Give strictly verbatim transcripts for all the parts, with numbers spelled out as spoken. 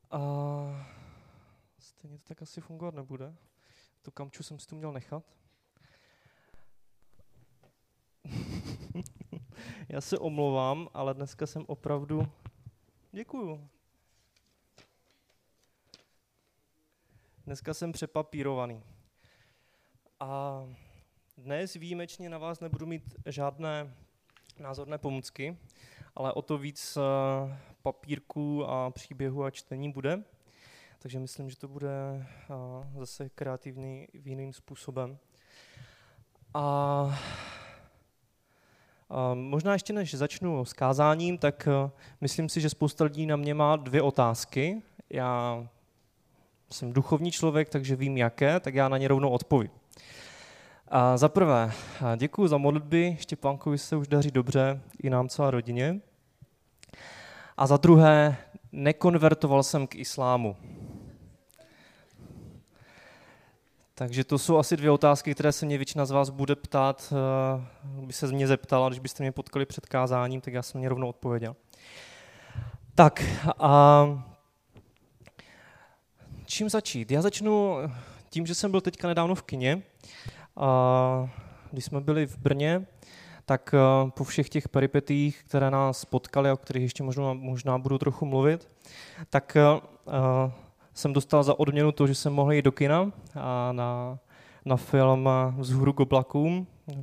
A stejně to tak asi fungovat nebude. Tu kamču jsem si tu měl nechat. Já se omlouvám, ale dneska jsem opravdu... Děkuju. Dneska jsem přepapírovaný. A dnes výjimečně na vás nebudu mít žádné názorné pomůcky, ale o to víc papírků a příběhů a čtení bude. Takže myslím, že to bude zase kreativní jiným způsobem. A, a možná ještě než začnu s kázáním, tak myslím si, že spousta lidí na mě má dvě otázky. Já jsem duchovní člověk, takže vím jaké, tak já na ně rovnou odpovím. A za prvé, děkuji za modlitby, Štěpánkovi se už daří dobře, i nám celé rodině. A za druhé, nekonvertoval jsem k islámu. Takže to jsou asi dvě otázky, které se mě většina z vás bude ptát, by se mě zeptala, když byste mě potkali před kázáním, tak já jsem mě rovnou odpověděl. Tak, a čím začít? Já začnu tím, že jsem byl teďka nedávno v kině. A když jsme byli v Brně, tak po všech těch peripetích, které nás potkaly a o kterých ještě možná, možná budu trochu mluvit, tak uh, jsem dostal za odměnu to, že jsem mohl jít do kina a na, na film Vzhůru k oblakům, uh,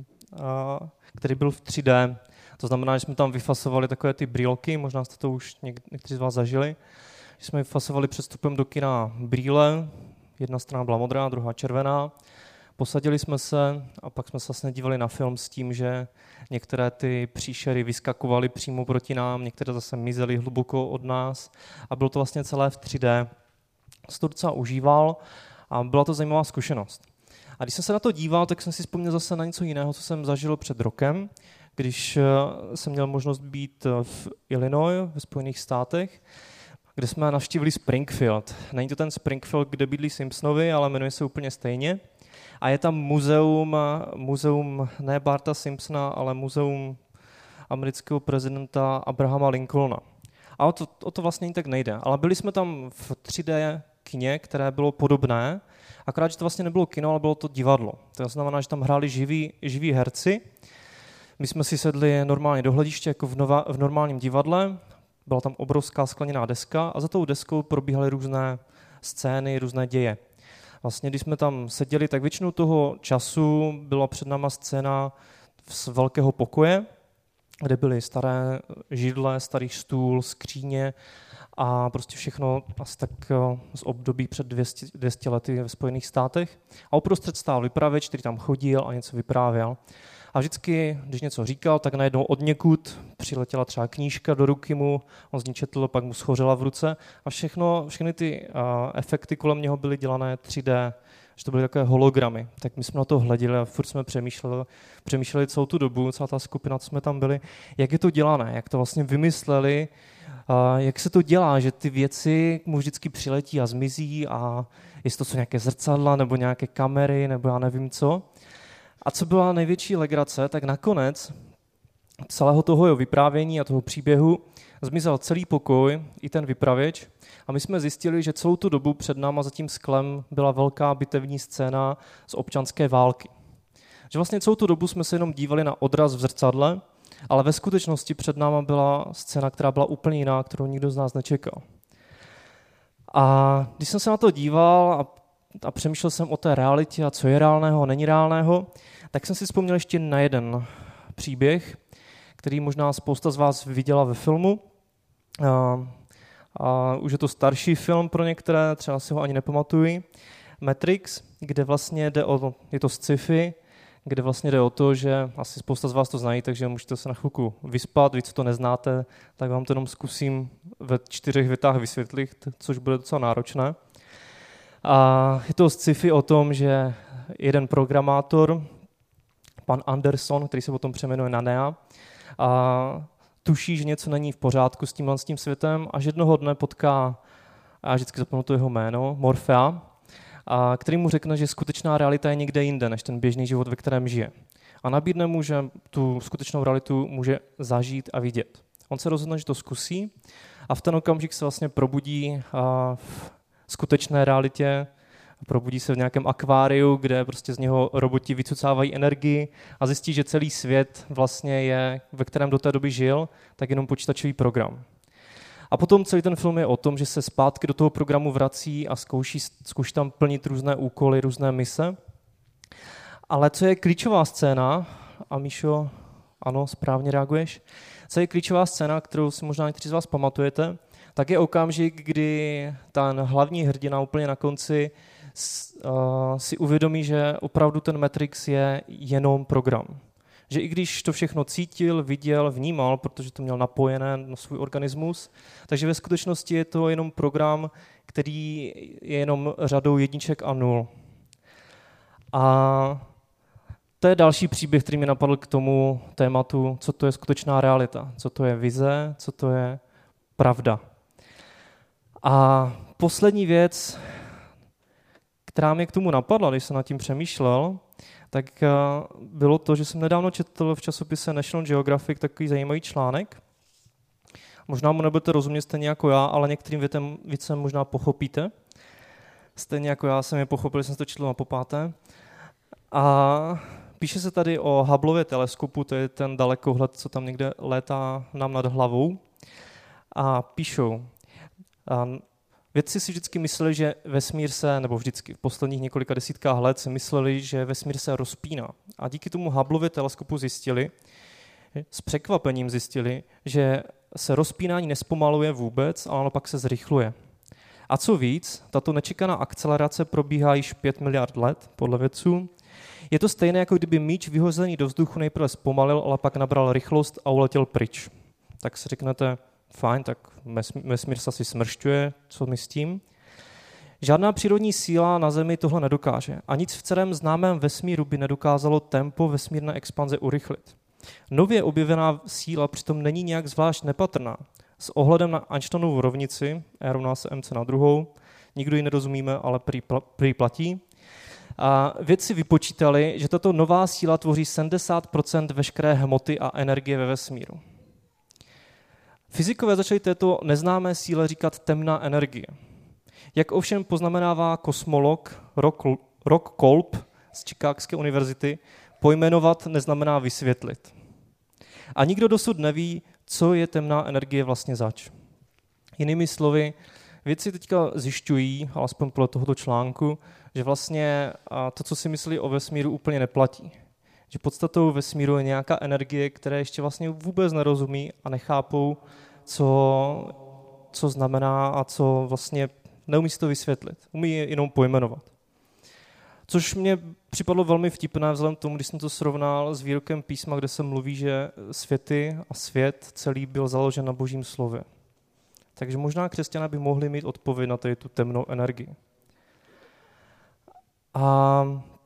který byl v tři dé. To znamená, že jsme tam vyfasovali takové ty brýlky, možná jste to už něk- někteří z vás zažili, že jsme vyfasovali před vstupem do kina brýle, jedna strana byla modrá, druhá červená. Posadili jsme se a pak jsme se vlastně dívali na film s tím, že některé ty příšery vyskakovaly přímo proti nám, některé zase mizely hluboko od nás a bylo to vlastně celé v tři dé. Jsem to docela užíval a byla to zajímavá zkušenost. A když jsem se na to díval, tak jsem si vzpomněl zase na něco jiného, co jsem zažil před rokem, když jsem měl možnost být v Illinois, ve Spojených státech, kde jsme navštívili Springfield. Není to ten Springfield, kde bydlí Simpsonovi, ale jmenuje se úplně stejně. A je tam muzeum, muzeum ne Barta Simpsona, ale muzeum amerického prezidenta Abrahama Lincolna. A o to, o to vlastně tak nejde. Ale byli jsme tam v tři dé kině, které bylo podobné, akorát, že to vlastně nebylo kino, ale bylo to divadlo. To znamená, že tam hráli živí, živí herci. My jsme si sedli normálně do hlediště, jako v, nova, v normálním divadle. Byla tam obrovská skleněná deska a za tou deskou probíhaly různé scény, různé děje. Vlastně, když jsme tam seděli, tak většinu toho času byla před náma scéna z velkého pokoje, kde byly staré židle, starý stůl, skříně a prostě všechno asi tak z období před dvě stě lety ve Spojených státech. A uprostřed stál vypravěč, který tam chodil a něco vyprávěl. A vždycky, když něco říkal, tak najednou odněkud přiletěla třeba knížka do ruky mu, on z ní četl, pak mu schořela v ruce a všechno, všechny ty uh, efekty kolem něho byly dělané tři dé, že to byly takové hologramy. Tak my jsme na to hleděli a furt jsme přemýšleli, přemýšleli celou tu dobu, celá ta skupina, co jsme tam byli, jak je to dělané, jak to vlastně vymysleli, uh, jak se to dělá, že ty věci mu vždycky přiletí a zmizí a jestli to jsou nějaké zrcadla nebo nějaké kamery nebo já nevím co. A co byla největší legrace, tak nakonec celého toho jeho vyprávění a toho příběhu zmizel celý pokoj, i ten vypravěč. A my jsme zjistili, že celou tu dobu před náma za tím sklem byla velká bitevní scéna z občanské války. Že vlastně celou tu dobu jsme se jenom dívali na odraz v zrcadle, ale ve skutečnosti před náma byla scéna, která byla úplně jiná, kterou nikdo z nás nečekal. A když jsem se na to díval a, a přemýšlel jsem o té realitě a co je reálného a není reálného, tak jsem si vzpomněl ještě na jeden příběh, který možná spousta z vás viděla ve filmu. A, a už je to starší film pro některé, třeba si ho ani nepamatují. Matrix, kde vlastně jde o, je to sci-fi, kde vlastně jde o to, že asi spousta z vás to znají, takže můžete se na chvilku vyspat, vy, co to neznáte, tak vám to jenom zkusím ve čtyřech větách vysvětlit, což bude docela náročné. A je to sci-fi o tom, že jeden programátor, pan Anderson, který se potom přejmenuje na Nea, a tuší, že něco není v pořádku s tímhle s tím světem, až jednoho dne potká, a já vždycky zapomenu to jeho jméno, Morfea, a který mu řekne, že skutečná realita je někde jinde, než ten běžný život, ve kterém žije. A nabídne mu, že tu skutečnou realitu může zažít a vidět. On se rozhodne, že to zkusí a v ten okamžik se vlastně probudí v skutečné realitě, probudí se v nějakém akváriu, kde prostě z něho roboti vycucávají energii a zjistí, že celý svět vlastně je, ve kterém do té doby žil, tak jenom počítačový program. A potom celý ten film je o tom, že se zpátky do toho programu vrací a zkouší, zkouší tam plnit různé úkoly, různé mise. Ale co je klíčová scéna, a Míšo, ano, správně reaguješ, co je klíčová scéna, kterou si možná někteří z vás pamatujete, tak je okamžik, kdy ten hlavní hrdina úplně na konci si uvědomí, že opravdu ten Matrix je jenom program. Že i když to všechno cítil, viděl, vnímal, protože to měl napojené na svůj organismus, takže ve skutečnosti je to jenom program, který je jenom řadou jedniček a nul. A to je další příběh, který mě napadl k tomu tématu, co to je skutečná realita, co to je vize, co to je pravda. A poslední věc, která mě k tomu napadla, když jsem nad tím přemýšlel, tak bylo to, že jsem nedávno četl v časopise National Geographic takový zajímavý článek. Možná mu nebudete rozumět stejně jako já, ale některým větem, věcem možná pochopíte. Stejně jako já jsem je pochopil, jsem to četl na popáté. A píše se tady o Hubbleově teleskopu, to je ten dalekohled, co tam někde létá nám nad hlavou. A píšou, a vědci si vždycky mysleli, že vesmír se, nebo vždycky v posledních několika desítkách let si mysleli, že vesmír se rozpíná. A díky tomu Hubbleově teleskopu zjistili, s překvapením zjistili, že se rozpínání nespomaluje vůbec, ale naopak se zrychluje. A co víc, tato nečekaná akcelerace probíhá již pět miliard let, podle vědců. Je to stejné, jako kdyby míč vyhozený do vzduchu nejprve zpomalil, ale pak nabral rychlost a uletěl pryč. Tak si řeknete, fajn, tak vesmír se asi smršťuje, co my s tím? Žádná přírodní síla na Zemi tohle nedokáže. A nic v celém známém vesmíru by nedokázalo tempo vesmírné expanze urychlit. Nově objevená síla přitom není nějak zvlášť nepatrná. S ohledem na Einsteinovu rovnici, E rovná se mc na druhou, nikdo ji nerozumíme, ale prý, prý platí. A vědci vypočítali, že tato nová síla tvoří sedmdesát procent veškeré hmoty a energie ve vesmíru. Fyzikové začali této neznámé síle říkat temná energie. Jak ovšem poznamenává kosmolog Rock Kolb z Chicagské univerzity, pojmenovat neznamená vysvětlit. A nikdo dosud neví, co je temná energie vlastně zač. Jinými slovy, vědci teďka zjišťují, alespoň podle tohoto článku, že vlastně to, co si myslí o vesmíru, úplně neplatí. Že podstatou vesmíru je nějaká energie, které ještě vlastně vůbec nerozumí a nechápou, co, co znamená a co vlastně neumí si to vysvětlit. Umí je jenom pojmenovat. Což mě připadlo velmi vtipné vzhledem k tomu, když jsem to srovnal s výrokem písma, kde se mluví, že světy a svět celý byl založen na Božím slově. Takže možná křesťané by mohli mít odpověď na tady tu temnou energii. A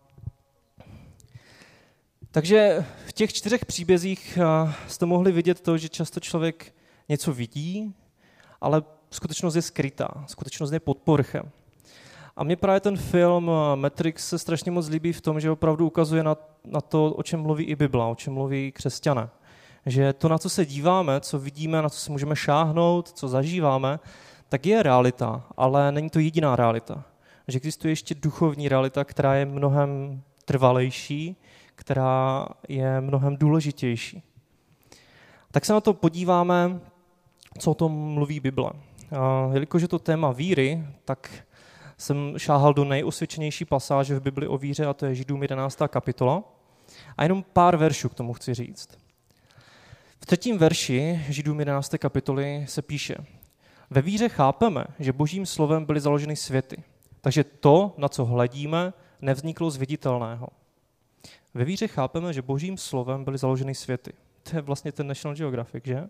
takže v těch čtyřech příbězích jste mohli vidět to, že často člověk něco vidí, ale skutečnost je skrytá, skutečnost je pod povrchem. A mně právě ten film Matrix se strašně moc líbí v tom, že opravdu ukazuje na, na to, o čem mluví i Bible, o čem mluví křesťané. Že to, na co se díváme, co vidíme, na co se můžeme šáhnout, co zažíváme, tak je realita, ale není to jediná realita. Že existuje ještě duchovní realita, která je mnohem trvalejší, která je mnohem důležitější. Tak se na to podíváme, co o tom mluví Bible. A jelikož je to téma víry, tak jsem šáhal do nejosvědčenější pasáže v Bibli o víře, a to je Židům jedenáctá kapitola. A jenom pár veršů k tomu chci říct. V třetím verši Židům jedenácté kapitoly se píše: Ve víře chápeme, že Božím slovem byly založeny světy, takže to, na co hledíme, nevzniklo z viditelného. Ve víře chápeme, že Božím slovem byly založeny světy. To je vlastně ten National Geographic, že?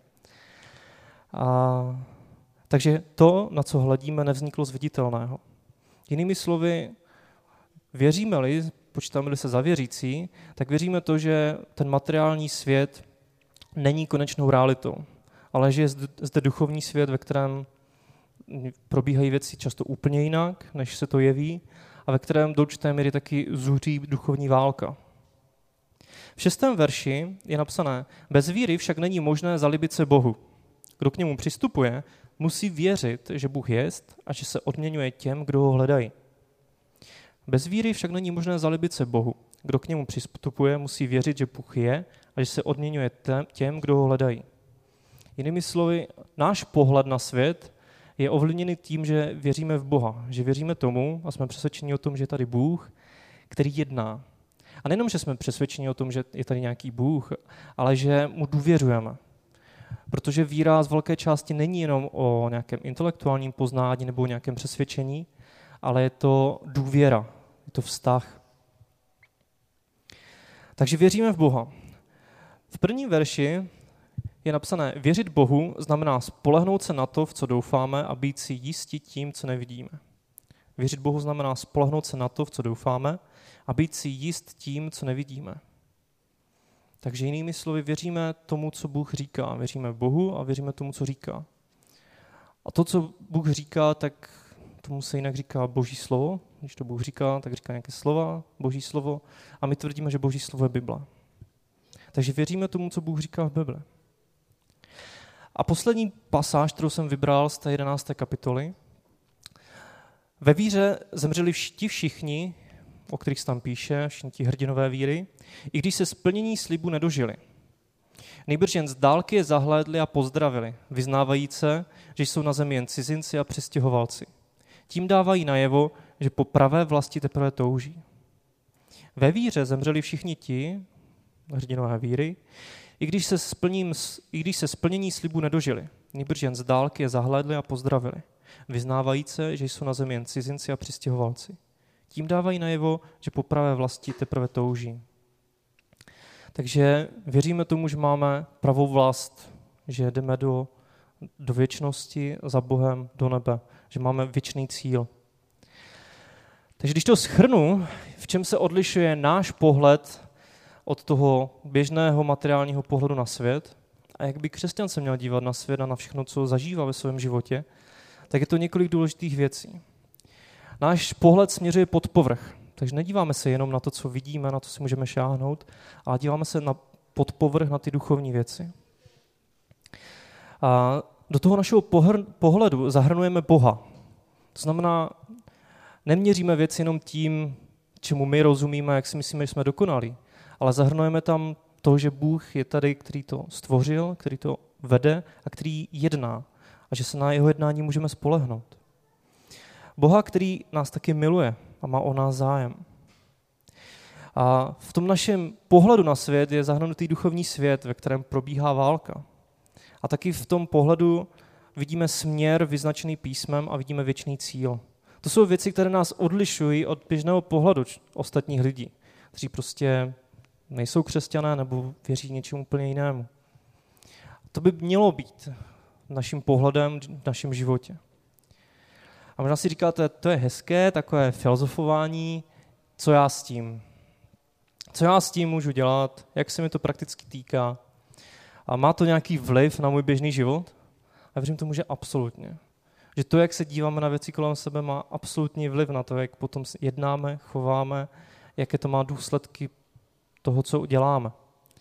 A, takže to, na co hledíme, nevzniklo z viditelného. Jinými slovy, věříme-li, počítáme-li se za věřící, tak věříme to, že ten materiální svět není konečnou realitou, ale že je zde duchovní svět, ve kterém probíhají věci často úplně jinak, než se to jeví, a ve kterém do určité míry taky zuří duchovní válka. V šestém verši je napsané: Bez víry však není možné zalíbit se Bohu. Kdo k němu přistupuje, musí věřit, že Bůh jest a že se odměňuje těm, kdo ho hledají. Bez víry však není možné zalíbit se Bohu. Kdo k němu přistupuje, musí věřit, že Bůh je a že se odměňuje těm, kdo ho hledají. Jinými slovy, náš pohled na svět je ovlivněný tím, že věříme v Boha, že věříme tomu a jsme přesvědčeni o tom, že je tady Bůh, který jedná. A nejenom, že jsme přesvědčeni o tom, že je tady nějaký Bůh, ale že mu důvěřujeme. Protože víra z velké části není jenom o nějakém intelektuálním poznání nebo o nějakém přesvědčení, ale je to důvěra, je to vztah. Takže věříme v Boha. V prvním verši je napsané, věřit Bohu znamená spolehnout se na to, v co doufáme a být si jistí tím, co nevidíme. Věřit Bohu znamená spolehnout se na to, v co doufáme a být si jist tím, co nevidíme. Takže jinými slovy věříme tomu, co Bůh říká. Věříme Bohu a věříme tomu, co říká. A to, co Bůh říká, tak tomu se jinak říká Boží slovo. Když to Bůh říká, tak říká nějaké slova, Boží slovo. A my tvrdíme, že Boží slovo je Bible. Takže věříme tomu, co Bůh říká v Bibli. A poslední pasáž, kterou jsem vybral z té jedenácté kapitoly. Ve víře zemřeli ti všichni, o kterých se tam píše, všichni ti hrdinové víry, i když se splnění slibu nedožili. Nejbrž jen z dálky je zahlédli a pozdravili, vyznávajíce, že jsou na zemi jen cizinci a přistěhovalci. Tím dávají najevo, že po pravé vlasti teprve touží. Ve víře zemřeli všichni ti, hrdinové víry, i když se, splním, i když se splnění slibu nedožili. Nejbrž jen z dálky je zahlédli a pozdravili, vyznávajíce, že jsou na zemi jen cizinci a přistěhovalci. Tím dávají najevo, že po pravé vlasti teprve touží. Takže věříme tomu, že máme pravou vlast, že jdeme do, do věčnosti za Bohem, do nebe, že máme věčný cíl. Takže když to shrnu, v čem se odlišuje náš pohled od toho běžného materiálního pohledu na svět a jak by křesťan se měl dívat na svět a na všechno, co zažívá ve svém životě, tak je to několik důležitých věcí. Náš pohled směřuje pod povrch, takže nedíváme se jenom na to, co vidíme, na to si můžeme šáhnout, ale díváme se na pod povrch, na ty duchovní věci. A do toho našeho pohr- pohledu zahrnujeme Boha. To znamená, neměříme věci jenom tím, čemu my rozumíme, jak si myslíme, že jsme dokonalí, ale zahrnujeme tam to, že Bůh je tady, který to stvořil, který to vede a který jedná a že se na jeho jednání můžeme spolehnout. Boha, který nás taky miluje a má o nás zájem. A v tom našem pohledu na svět je zahrnutý duchovní svět, ve kterém probíhá válka. A taky v tom pohledu vidíme směr vyznačený písmem a vidíme věčný cíl. To jsou věci, které nás odlišují od běžného pohledu ostatních lidí, kteří prostě nejsou křesťané nebo věří něčemu úplně jinému. To by mělo být naším pohledem v našem životě. A možná si říkáte, to je hezké, takové filozofování, co já s tím? Co já s tím můžu dělat? Jak se mi to prakticky týká? A má to nějaký vliv na můj běžný život? A věřím tomu, že absolutně. Že to, jak se díváme na věci kolem sebe, má absolutní vliv na to, jak potom jednáme, chováme, jaké to má důsledky toho, co děláme.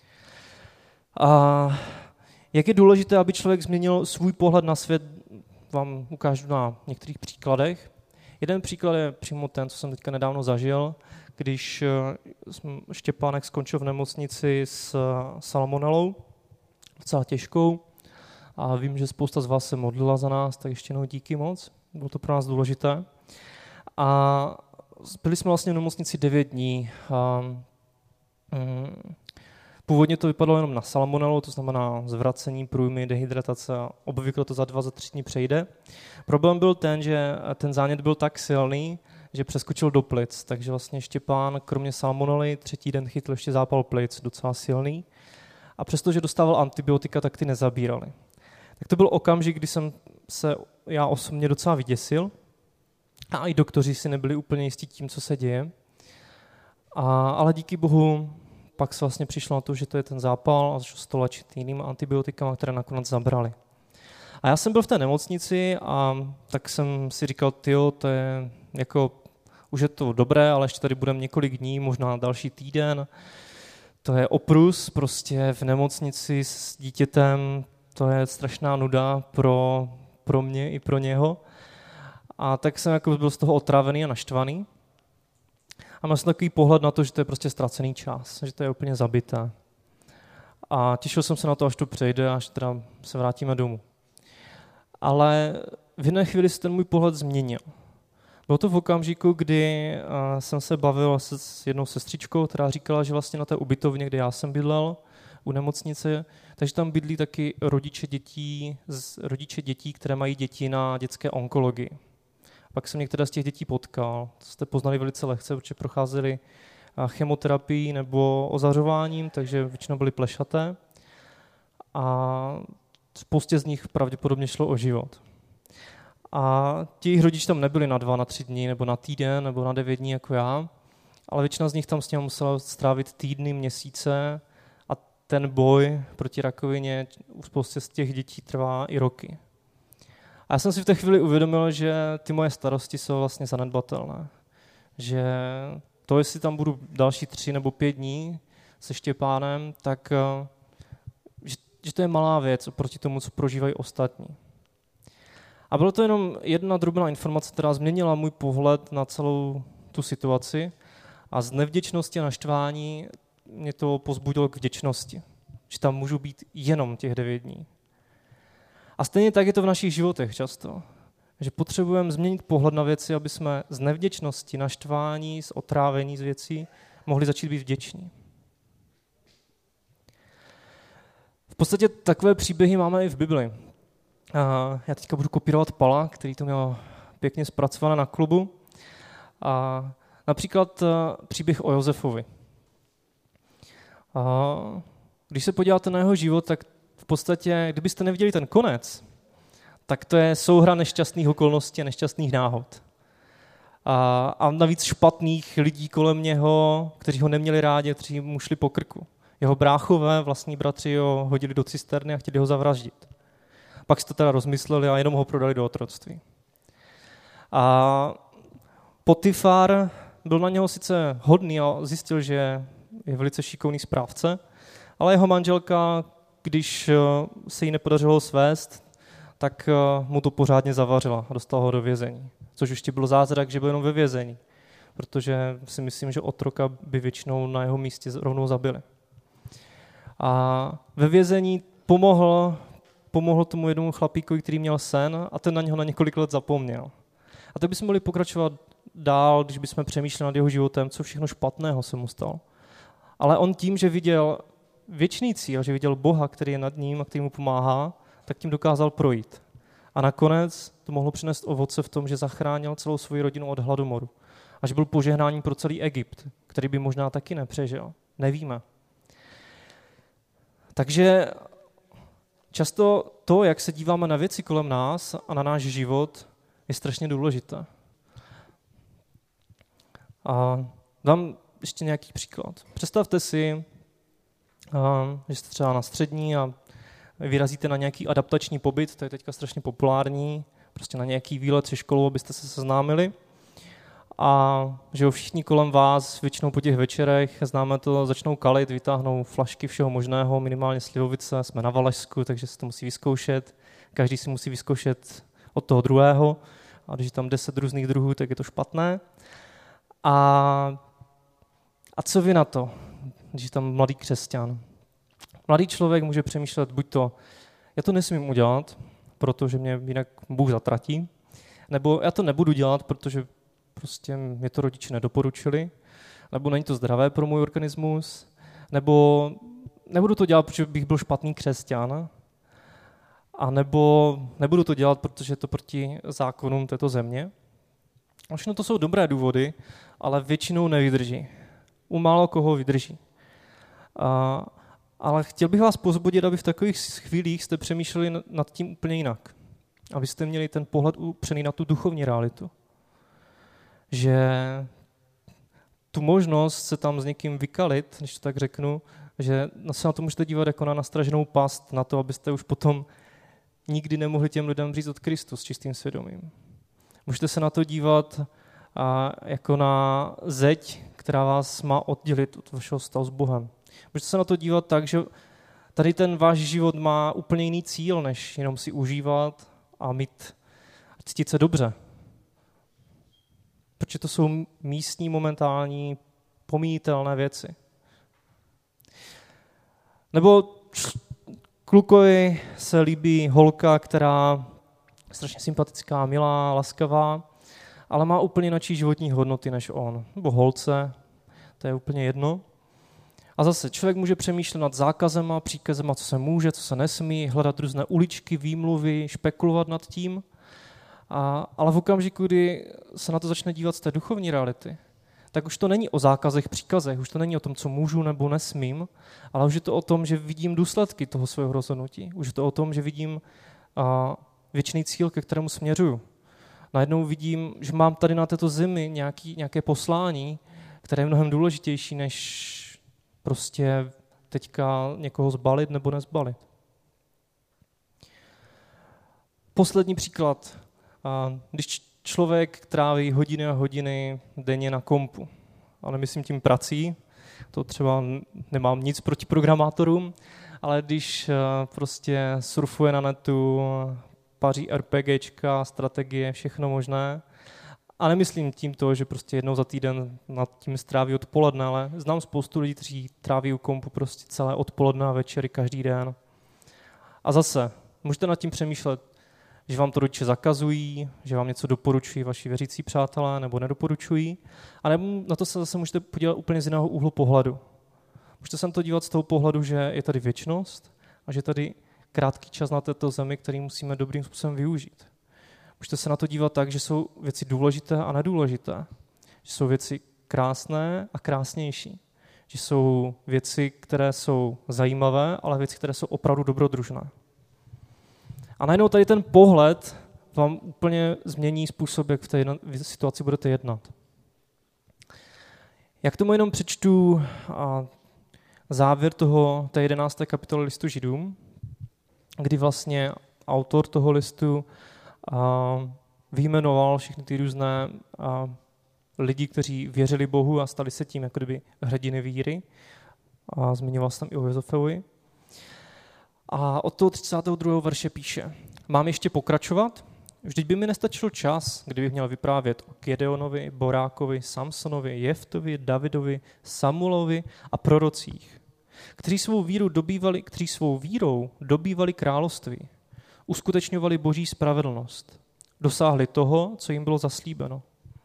A jak je důležité, aby člověk změnil svůj pohled na svět, vám ukážu na některých příkladech. Jeden příklad je přímo ten, co jsem teďka nedávno zažil, když Štěpánek skončil v nemocnici s salmonelou, docela těžkou. A vím, že spousta z vás se modlila za nás, tak ještě jednou díky moc. Bylo to pro nás důležité. A byli jsme vlastně v nemocnici devět dní. A, mm, původně to vypadalo jenom na salmonelu, to znamená zvracení, průjmy, dehydratace a obvykle to za dva, za tři dny přejde. Problém byl ten, že ten zánět byl tak silný, že přeskočil do plic, takže vlastně Štěpán kromě salmonely třetí den chytl ještě zápal plic, docela silný. A přestože dostával antibiotika, tak ty nezabírali. Tak to byl okamžik, kdy jsem se já osobně docela vyděsil a i doktoři si nebyli úplně jistí tím, co se děje. A, ale díky Bohu pak se vlastně přišlo na to, že to je ten zápal a začal se to léčit jinými antibiotikama, které nakonec zabrali. A já jsem byl v té nemocnici a tak jsem si říkal, tyjo, to je jako, už je to dobré, ale ještě tady budeme několik dní, možná další týden. To je oprus prostě v nemocnici s dítětem, to je strašná nuda pro, pro mě i pro něho. A tak jsem jako byl z toho otravený a naštvaný. A měl jsem takový pohled na to, že to je prostě ztracený čas, že to je úplně zabité. A těšil jsem se na to, až to přejde, až teda se vrátíme domů. Ale v jedné chvíli se ten můj pohled změnil. Bylo to v okamžiku, kdy jsem se bavil se s jednou sestřičkou, která říkala, že vlastně na té ubytovně, kde já jsem bydlel, u nemocnice, takže tam bydlí taky rodiče dětí, rodiče dětí, které mají děti na dětské onkologii. Pak jsem některé z těch dětí potkal, to jste poznali velice lehce, protože procházeli chemoterapii nebo ozařováním, takže většinou byly plešaté a spoustě z nich pravděpodobně šlo o život. A ti jejich rodiče tam nebyli na dva, na tři dny, nebo na týden, nebo na devět dní jako já, ale většina z nich tam s ním musela strávit týdny, měsíce a ten boj proti rakovině u spoustě z těch dětí trvá i roky. A já jsem si v té chvíli uvědomil, že ty moje starosti jsou vlastně zanedbatelné. Že to, jestli tam budu další tři nebo pět dní se Štěpánem, tak že, že to je malá věc oproti tomu, co prožívají ostatní. A bylo to jenom jedna drobná informace, která změnila můj pohled na celou tu situaci a z nevděčnosti a naštvání mě to pozbudilo k vděčnosti, že tam můžu být jenom těch devět dní. A stejně tak je to v našich životech často, že potřebujeme změnit pohled na věci, aby jsme z nevděčnosti, naštvání, z otrávení z věcí mohli začít být vděční. V podstatě takové příběhy máme i v Bibli. Já teďka budu kopírovat Pala, který to měl pěkně zpracované na klubu. A například příběh o Josefovi. A když se podíváte na jeho život, tak v podstatě, kdybyste neviděli ten konec, tak to je souhra nešťastných okolností a nešťastných náhod. A, a navíc špatných lidí kolem něho, kteří ho neměli rádi, kteří mu šli po krku. Jeho bráchové, vlastní bratři ho hodili do cisterny a chtěli ho zavraždit. Pak si to teda rozmysleli a jenom ho prodali do otroctví. A Potifar byl na něho sice hodný a zjistil, že je velice šikovný správce, ale jeho manželka, když se jí nepodařilo svést, tak mu to pořádně zavařila a dostala ho do vězení. Což ještě byl zázrak, že byl jenom ve vězení, protože si myslím, že otroka by většinou na jeho místě rovnou zabili. A ve vězení pomohl, pomohl tomu jednomu chlapíkovi, který měl sen a ten na něho na několik let zapomněl. A tak bychom mohli pokračovat dál, když bychom přemýšleli nad jeho životem, co všechno špatného se mu stalo. Ale on tím, že viděl věčný cíl, že viděl Boha, který je nad ním a který mu pomáhá, tak tím dokázal projít. A nakonec to mohlo přinést ovoce v tom, že zachránil celou svou rodinu od hladomoru. Až byl požehnáním pro celý Egypt, který by možná taky nepřežil. Nevíme. Takže často to, jak se díváme na věci kolem nás a na náš život, je strašně důležité. A dám ještě nějaký příklad. Představte si, že jste třeba na střední a vyrazíte na nějaký adaptační pobyt, to je teďka strašně populární, prostě na nějaký výlet se školou, abyste se seznámili. A že jo, všichni kolem vás, většinou po těch večerech, známe to, začnou kalit, vytáhnou flašky všeho možného, minimálně slivovice, jsme na Valašsku, takže se to musí vyzkoušet. Každý si musí vyzkoušet od toho druhého. A když je tam deset různých druhů, tak je to špatné. A, a co vy na to, když je tam mladý křesťan? Mladý člověk může přemýšlet buď to, já to nesmím udělat, protože mě jinak Bůh zatratí, nebo já to nebudu dělat, protože prostě mě to rodiče nedoporučili, nebo není to zdravé pro můj organismus, nebo nebudu to dělat, protože bych byl špatný křesťan, a nebo nebudu to dělat, protože je to proti zákonům této země. A všechno to jsou dobré důvody, ale většinou nevydrží. U málo koho vydrží. A, ale chtěl bych vás povzbudit, aby v takových chvílích jste přemýšleli nad tím úplně jinak. Abyste měli ten pohled upřený na tu duchovní realitu. Že tu možnost se tam s někým vykalit, když to tak řeknu, že se na to můžete dívat jako na nastraženou past, na to, abyste už potom nikdy nemohli těm lidem říct od Kristu s čistým svědomím. Můžete se na to dívat a, jako na zeď, která vás má oddělit od vašeho vztahu s Bohem. Můžete se na to dívat tak, že tady ten váš život má úplně jiný cíl, než jenom si užívat a mít, cítit se dobře. Protože to jsou místní, momentální, pomíjitelné věci. Nebo klukovi se líbí holka, která je strašně sympatická, milá, laskavá, ale má úplně jináčí životní hodnoty než on. Nebo holce, to je úplně jedno. A zase člověk může přemýšlet nad zákazema, příkazema, co se může, co se nesmí, hledat různé uličky, výmluvy, špekulovat nad tím. A, ale v okamžiku, kdy se na to začne dívat z té duchovní reality, tak už to není o zákazech, příkazech, už to není o tom, co můžu nebo nesmím, ale už je to o tom, že vidím důsledky toho svého rozhodnutí. Už je to o tom, že vidím a, věčný cíl, ke kterému směřuju. Najednou vidím, že mám tady na této zemi nějaký, nějaké poslání, které je mnohem důležitější, než prostě teďka někoho zbalit nebo nezbalit. Poslední příklad. Když člověk tráví hodiny a hodiny denně na kompu, ale myslím tím prací, to třeba nemám nic proti programátorům, ale když prostě surfuje na netu, paří RPGčka, strategie, všechno možné, a nemyslím tím to, že prostě jednou za týden nad tím stráví odpoledne, ale znám spoustu lidí, kteří tráví u kompu prostě celé odpoledne a večery každý den. A zase, můžete nad tím přemýšlet, že vám to rodiče zakazují, že vám něco doporučují vaši věřící přátelé nebo nedoporučují, a nebo na to se zase můžete podívat úplně z jiného úhlu pohledu. Můžete se na to dívat z toho pohledu, že je tady věčnost a že tady krátký čas na této zemi, který musíme dobrým způsobem využít. Můžete se na to dívat tak, že jsou věci důležité a nedůležité. Že jsou věci krásné a krásnější. Že jsou věci, které jsou zajímavé, ale věci, které jsou opravdu dobrodružné. A najednou tady ten pohled vám úplně změní způsob, jak v té jedna, v situaci budete jednat. Jak tomu jenom přečtu a závěr toho, té jedenácté kapitoly listu Židům, kdy vlastně autor toho listu a vyjmenoval všechny ty různé a, lidi, kteří věřili Bohu a stali se tím jako kdyby hrdiny víry. A zmiňoval jsem i o Josefovi. A od toho třicátého druhého verše píše: Mám ještě pokračovat? Vždyť by mi nestačil čas, kdybych měl vyprávět o Gedeonovi, Borákovi, Samsonovi, Jeftovi, Davidovi, Samuelovi a prorocích, kteří svou víru dobývali, kteří svou vírou dobývali království, uskutečňovali boží spravedlnost, dosáhli toho, co jim bylo zaslíbeno.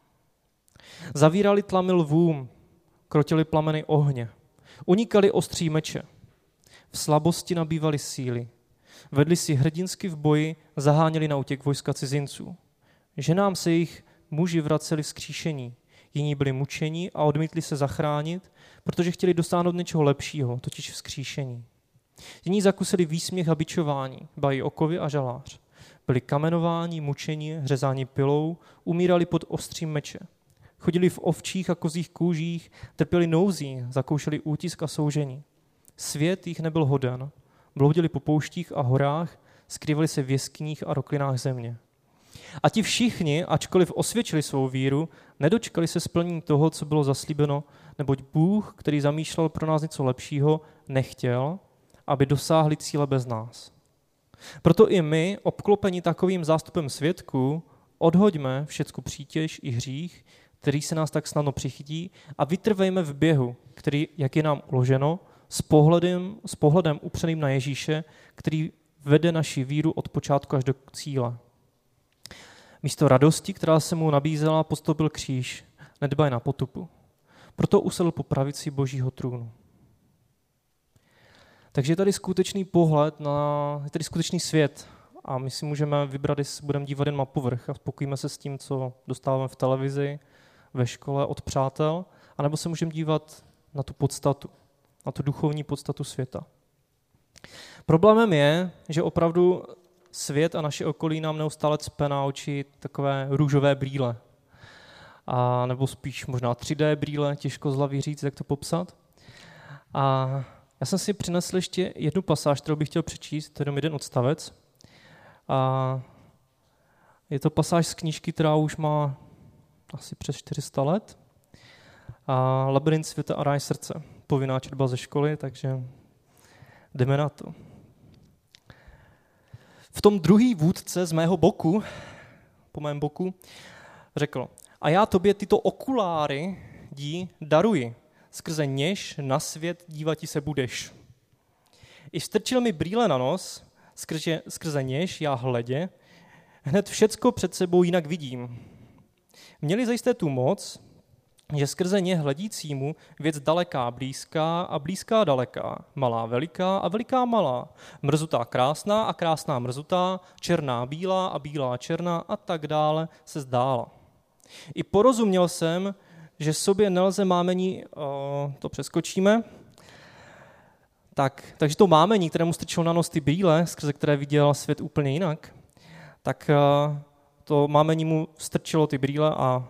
Zavírali tlamy lvům, krotili plameny ohně, unikali ostří meče, v slabosti nabývali síly, vedli si hrdinsky v boji, zaháněli na útěk vojska cizinců. Ženám se jich muži vraceli vzkříšení, jiní byli mučeni a odmítli se zachránit, protože chtěli dosáhnout něčeho lepšího, totiž vzkříšení. Jiní zakusili výsměch a bičování, bají okovy a žalář. Byli kamenováni, mučeni, řezáni pilou, umírali pod ostřím meče. Chodili v ovčích a kozích kůžích, trpěli nouzí, zakoušeli útisk a soužení. Svět jich nebyl hoden. Bloudili po pouštích a horách, skrývali se v jeskyních a roklinách země. A ti všichni, ačkoliv osvědčili svou víru, nedočkali se splnění toho, co bylo zaslíbeno, neboť Bůh, který zamýšlel pro nás něco lepšího, nechtěl, aby dosáhli cíle bez nás. Proto i my, obklopeni takovým zástupem svědků, odhoďme všecku přítěž i hřích, který se nás tak snadno přichytí, a vytrvejme v běhu, který, jak je nám uloženo, s pohledem, s pohledem upřeným na Ježíše, který vede naši víru od počátku až do cíle. Místo radosti, která se mu nabízela, podstoupil kříž, nedbaj na potupu. Proto usedl po pravici Božího trůnu. Takže je tady skutečný pohled, na, je tady skutečný svět a my si můžeme vybrat, jestli budeme dívat jen na povrch a spokojíme se s tím, co dostáváme v televizi, ve škole, od přátel, anebo se můžeme dívat na tu podstatu, na tu duchovní podstatu světa. Problémem je, že opravdu svět a naše okolí nám neustále cpe na oči takové růžové brýle. A nebo spíš možná tři dé brýle, těžko z hlavy říct, jak to popsat. A já jsem si přinesl ještě jednu pasáž, kterou bych chtěl přečíst, to je jenom jeden odstavec. A je to pasáž z knížky, která už má asi přes čtyři sta let. A Labyrint světa a ráj srdce. Povinná četba ze školy, takže jdeme na to. v tom druhý vůdce z mého boku, po mém boku, řekl, a já tobě tyto okuláry dí daruji, skrze něž na svět dívati se budeš. I strčil mi brýle na nos, skrze, skrze něž já hledě, hned všecko před sebou jinak vidím. Měli zajisté tu moc, že skrze ně hledícímu věc daleká blízká a blízká daleká, malá veliká a veliká malá, mrzutá krásná a krásná mrzutá, černá bílá a bílá černá a tak dále se zdála. I porozuměl jsem, že sobě nelze mámení, to přeskočíme, tak, takže to mámení, kterému strčil na nos ty brýle, skrze které viděl svět úplně jinak, tak to mámení mu strčilo ty brýle a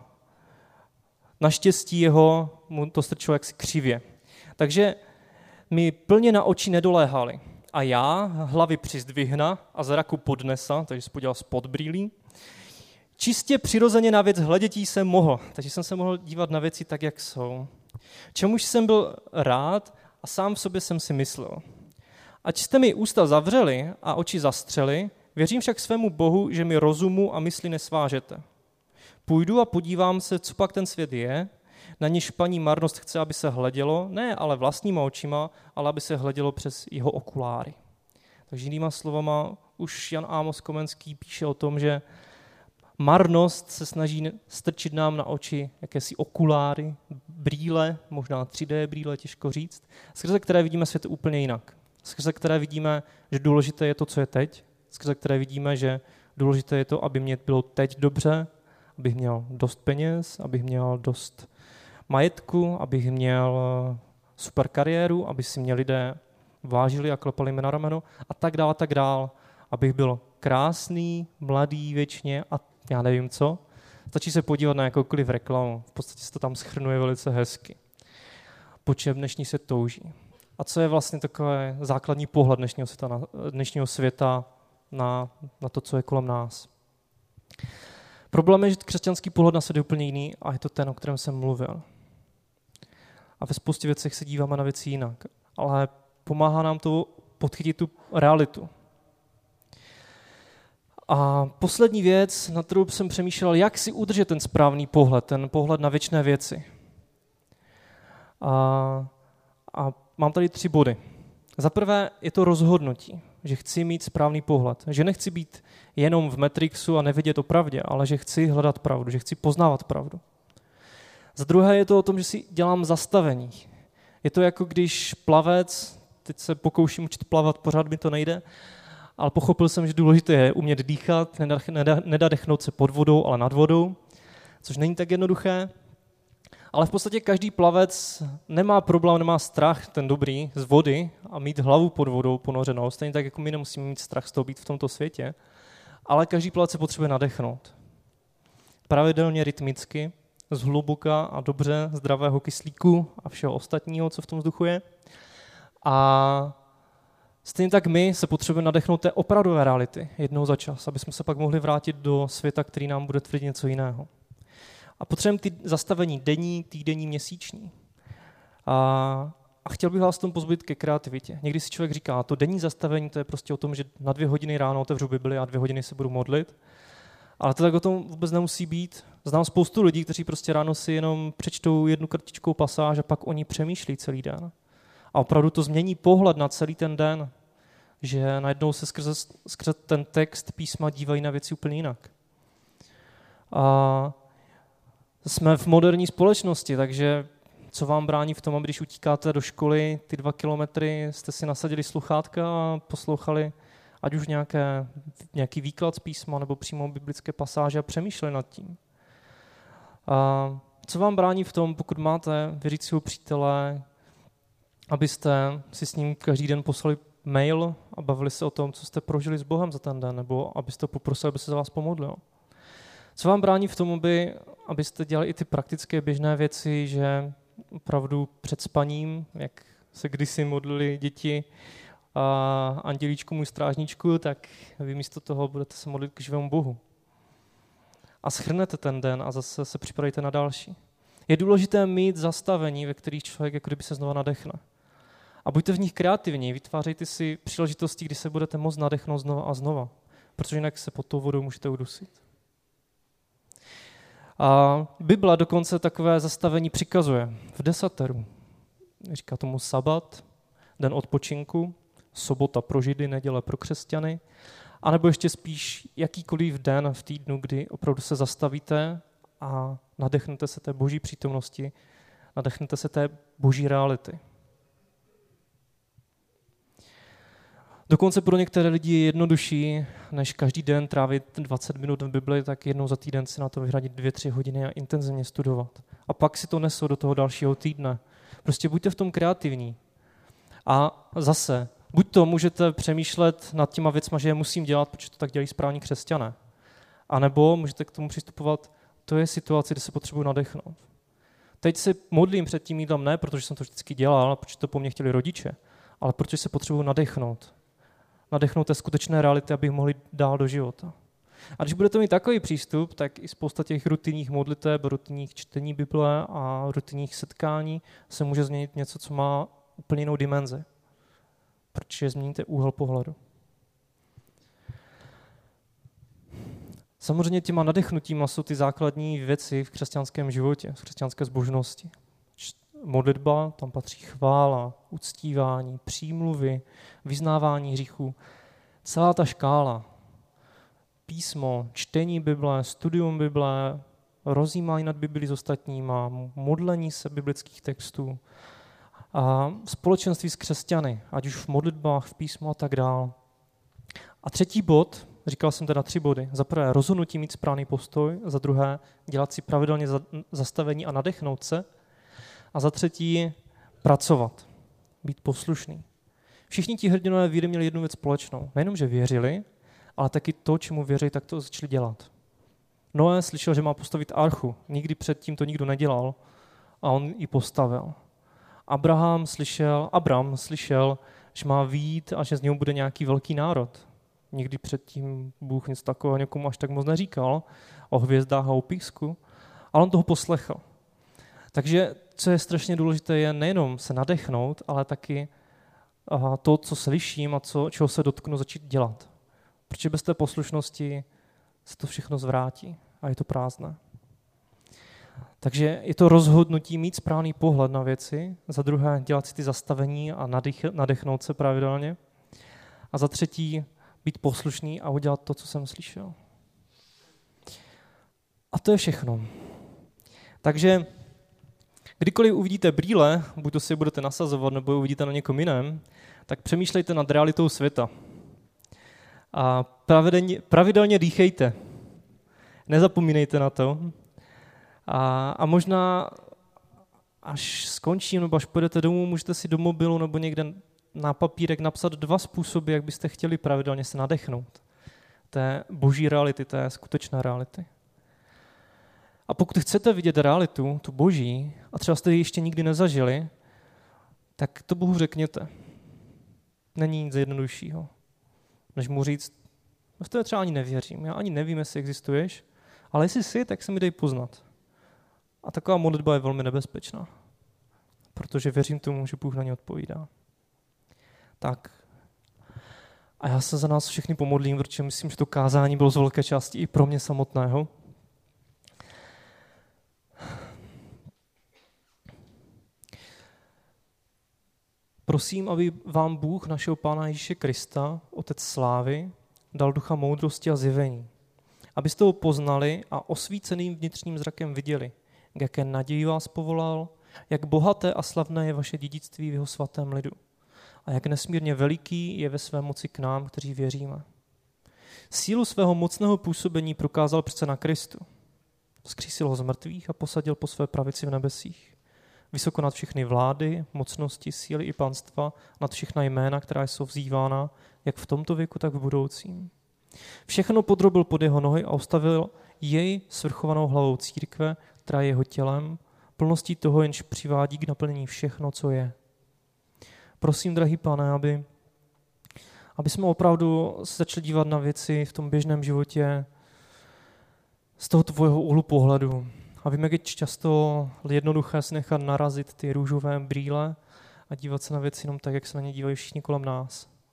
naštěstí jeho mu to strčilo jaksi křivě. Takže mi plně na oči nedoléhali. A já hlavy přizdvihna a zraku podnesa, takže se podíval spod brýlí, čistě přirozeně na věc hledětí jsem mohl, takže jsem se mohl dívat na věci tak, jak jsou. Čemuž jsem byl rád a sám v sobě jsem si myslel. Ať jste mi ústa zavřeli a oči zastřeli, věřím však svému Bohu, že mi rozumu a mysli nesvážete. Půjdu a podívám se, co pak ten svět je, na něž paní marnost chce, aby se hledělo, ne ale vlastníma očima, ale aby se hledělo přes jeho okuláry. Takže jinýma slovama, už Jan Amos Komenský píše o tom, že marnost se snaží strčit nám na oči jakési okuláry, brýle, možná tři dé brýle, těžko říct, skrze které vidíme svět úplně jinak. Skrze které vidíme, že důležité je to, co je teď, skrze které vidíme, že důležité je to, aby mě bylo teď dobře, abych měl dost peněz, abych měl dost majetku, abych měl super kariéru, aby si mě lidé vážili a klepali mi na rameno a tak dál, tak dál, abych byl krásný, mladý věčně a já nevím co. Stačí se podívat na jakoukoliv reklamu, v podstatě se to tam shrnuje velice hezky. Po čem dnešní se touží. A co je vlastně takový základní pohled dnešního světa na, dnešního světa na, na to, co je kolem nás. Problém je, že křesťanský pohled na svět je úplně jiný a je to ten, o kterém jsem mluvil. A ve spoustě věcech se díváme na věci jinak. Ale pomáhá nám to podchytit tu realitu. A poslední věc, na kterou jsem přemýšlel, jak si udržet ten správný pohled, ten pohled na věčné věci. A, a mám tady tři body. Za prvé je to rozhodnutí, že chci mít správný pohled, že nechci být jenom v Matrixu a nevidět o pravdě, ale že chci hledat pravdu, že chci poznávat pravdu. Za druhé je to o tom, že si dělám zastavení. Je to jako když plavec, teď se pokouším učit plavat, pořád mi to nejde, ale pochopil jsem, že důležité je umět dýchat, nedadechnout se pod vodou, ale nad vodou, což není tak jednoduché. Ale v podstatě každý plavec nemá problém, nemá strach, ten dobrý, z vody a mít hlavu pod vodou ponořenou. Stejně tak, jako my nemusíme mít strach z toho být v tomto světě. Ale každý plavec se potřebuje nadechnout. Pravidelně, rytmicky, zhluboka a dobře zdravého kyslíku a všeho ostatního, co v tom vzduchu je. A stejně tak my se potřebujeme nadechnout té opravdové reality jednou za čas, aby jsme se pak mohli vrátit do světa, který nám bude tvrdit něco jiného. A potřebujeme ty zastavení denní, týdenní, měsíční. A, a chtěl bych vás v tom pozbudit ke kreativitě. Někdy si člověk říká, to denní zastavení, to je prostě o tom, že na dvě hodiny ráno otevřu Bibli a dvě hodiny se budu modlit. Ale to tak o tom vůbec nemusí být. Znám spoustu lidí, kteří prostě ráno si jenom přečtou jednu kratičkou pasáž a pak o ní přemýšlí celý den. A opravdu to změní pohled na celý ten den, že najednou se skrze, skrze ten text písma dívají na věci úplně jinak. A jsme v moderní společnosti, takže co vám brání v tom, aby když utíkáte do školy, ty dva kilometry jste si nasadili sluchátka a poslouchali ať už nějaké, nějaký výklad z písma nebo přímo biblické pasáže a přemýšleli nad tím. A co vám brání v tom, pokud máte věřícího přítele, abyste si s ním každý den poslali mail a bavili se o tom, co jste prožili s Bohem za ten den, nebo abyste poprosili, aby se za vás pomodlil. Co vám brání v tom, aby, abyste dělali i ty praktické běžné věci, že opravdu před spaním, jak se kdysi modlili děti a andělíčku můj strážníčku, tak vy místo toho budete se modlit k živému Bohu. A shrnete ten den a zase se připravujete na další. Je důležité mít zastavení, ve kterých člověk jako kdyby se znova nadechne. A buďte v nich kreativní, vytvářejte si příležitosti, kdy se budete moct nadechnout znova a znova. protože jinak se pod tou vodou můžete udusit. A Bible dokonce takové zastavení přikazuje v desateru. Říká tomu sabat, den odpočinku, sobota pro Židy, neděle pro křesťany, anebo ještě spíš jakýkoliv den v týdnu, kdy opravdu se zastavíte a nadechnete se té boží přítomnosti, nadechnete se té boží reality. Dokonce pro některé lidi je jednodušší, než každý den trávit dvacet minut v Bibli, tak jednou za týden si na to vyhradit dvě, tři hodiny a intenzivně studovat. A pak si to nesou do toho dalšího týdne. Prostě buďte v tom kreativní. A zase, buď to můžete přemýšlet nad těma věcma, že je musím dělat, protože to tak dělají správní křesťané. A nebo můžete k tomu přistupovat, to je situace, kde se potřebuji nadechnout. Teď se modlím před tím jídlem ne, protože jsem to vždycky dělal, protože to po mně chtěli rodiče, ale protože se potřebuji nadechnout. Nadechnout té skutečné reality, abych mohli dál do života. A když budete mít takový přístup, tak i spousta těch rutinních modliteb, rutinních čtení Bible a rutinních setkání se může změnit něco, co má úplně jinou dimenzi. Protože změníte úhel pohledu. Samozřejmě těma nadechnutíma jsou ty základní věci v křesťanském životě, v křesťanské zbožnosti. Modlitba, tam patří chvála, uctívání, přímluvy, vyznávání hříchů. Celá ta škála. Písmo, čtení Bible, studium Bible, rozjímání nad Biblí s ostatníma, modlení se biblických textů a společenství s křesťany, ať už v modlitbách, v písmu a tak dál. A třetí bod, říkal jsem teda tři body. Za prvé rozhodnutí mít správný postoj, za druhé dělat si pravidelně zastavení a nadechnout se a za třetí pracovat, být poslušný. Všichni ti hrdinové víry měli jednu věc společnou. Nejenom, že věřili, ale taky to, čemu věří, tak to začali dělat. Noé slyšel, že má postavit archu. Nikdy předtím to nikdo nedělal a on ji postavil. Abraham slyšel, Abram slyšel, že má vyjít a že z něho bude nějaký velký národ. Nikdy předtím Bůh nic takového někomu až tak moc neříkal o hvězdách a o písku, ale on toho poslechl. Takže co je strašně důležité, je nejenom se nadechnout, ale taky to, co slyším a co, čeho se dotknu, začít dělat. Protože bez té poslušnosti se to všechno zvrátí a je to prázdné. Takže je to rozhodnutí mít správný pohled na věci, za druhé dělat si ty zastavení a nadech, nadechnout se pravidelně a za třetí být poslušný a udělat to, co jsem slyšel. A to je všechno. Takže kdykoliv uvidíte brýle, buď to si budete nasazovat, nebo je uvidíte na někom jiném, tak přemýšlejte nad realitou světa. A pravidelně, pravidelně dýchejte. Nezapomínejte na to. A, a možná, až skončím, nebo až půjdete domů, můžete si do mobilu nebo někde na papírek napsat dva způsoby, jak byste chtěli pravidelně se nadechnout. Té boží reality, té skutečné reality. A pokud chcete vidět realitu, tu boží, a třeba jste ji ještě nikdy nezažili, tak to Bohu řekněte. Není nic jednoduššího, než mu říct, v to třeba ani nevěřím, já ani nevím, jestli existuješ, ale jestli jsi, tak se mi dej poznat. A taková modlitba je velmi nebezpečná, protože věřím tomu, že Bůh na ně odpovídá. Tak. A já se za nás všechny pomodlím, protože myslím, že to kázání bylo z velké části i pro mě samotného. Prosím, aby vám Bůh, našeho Pána Ježíše Krista, Otec slávy, dal ducha moudrosti a zjevení. Abyste ho poznali a osvíceným vnitřním zrakem viděli, k jaké naději vás povolal, jak bohaté a slavné je vaše dědictví v jeho svatém lidu a jak nesmírně veliký je ve své moci k nám, kteří věříme. Sílu svého mocného působení prokázal přece na Kristu. Vzkřísil ho z mrtvých a posadil po své pravici v nebesích. Vysoko nad všechny vlády, mocnosti, síly i panstva, nad všechna jména, která jsou vzývána, jak v tomto věku, tak v budoucím. Všechno podrobil pod jeho nohy a ustavil jej svrchovanou hlavou církve, která je jeho tělem, plností toho, jenž přivádí k naplnění všechno, co je. Prosím, drahý Pane, aby, aby jsme opravdu se začali dívat na věci v tom běžném životě z toho tvojho úhlu pohledu. A vím, jak je často jednoduché si nechat narazit ty růžové brýle a dívat se na věci jenom tak, jak se na ně dívají všichni kolem nás.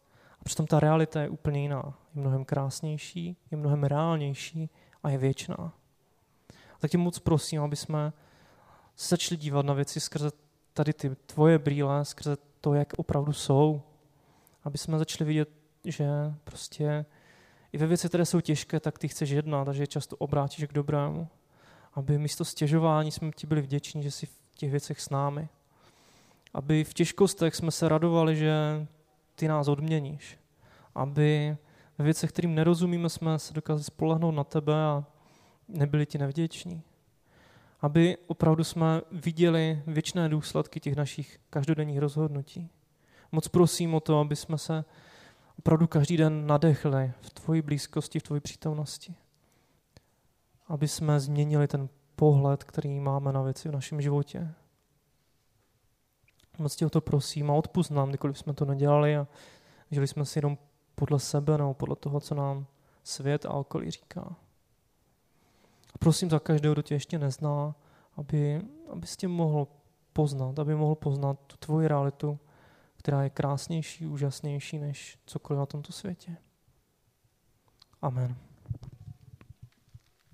A přitom ta realita je úplně jiná. Je mnohem krásnější, je mnohem reálnější a je věčná. A tak tě moc prosím, aby jsme se začali dívat na věci skrze tady ty tvoje brýle, skrze to, jak opravdu jsou. Aby jsme začali vidět, že prostě i ve věci, které jsou těžké, tak ty chceš jednat a že je často obrátíš k dobrému. Aby místo stěžování jsme ti byli vděční, že jsi v těch věcech s námi. Aby v těžkostech jsme se radovali, že ty nás odměníš. Aby ve věcech, kterým nerozumíme, jsme se dokázali spolehnout na tebe a nebyli ti nevděční. Aby opravdu jsme viděli věčné důsledky těch našich každodenních rozhodnutí. Moc prosím o to, aby jsme se opravdu každý den nadechli v tvoji blízkosti, v tvoji přítomnosti. Aby jsme změnili ten pohled, který máme na věci v našem životě. Moc tě o to prosím a odpusť nám, kdykoliv jsme to nedělali a žili jsme si jenom podle sebe nebo podle toho, co nám svět a okolí říká. A prosím za každého, kdo tě ještě nezná, aby, abys tě mohl poznat, aby mohl poznat tu tvoji realitu, která je krásnější, úžasnější než cokoliv na tomto světě. Amen.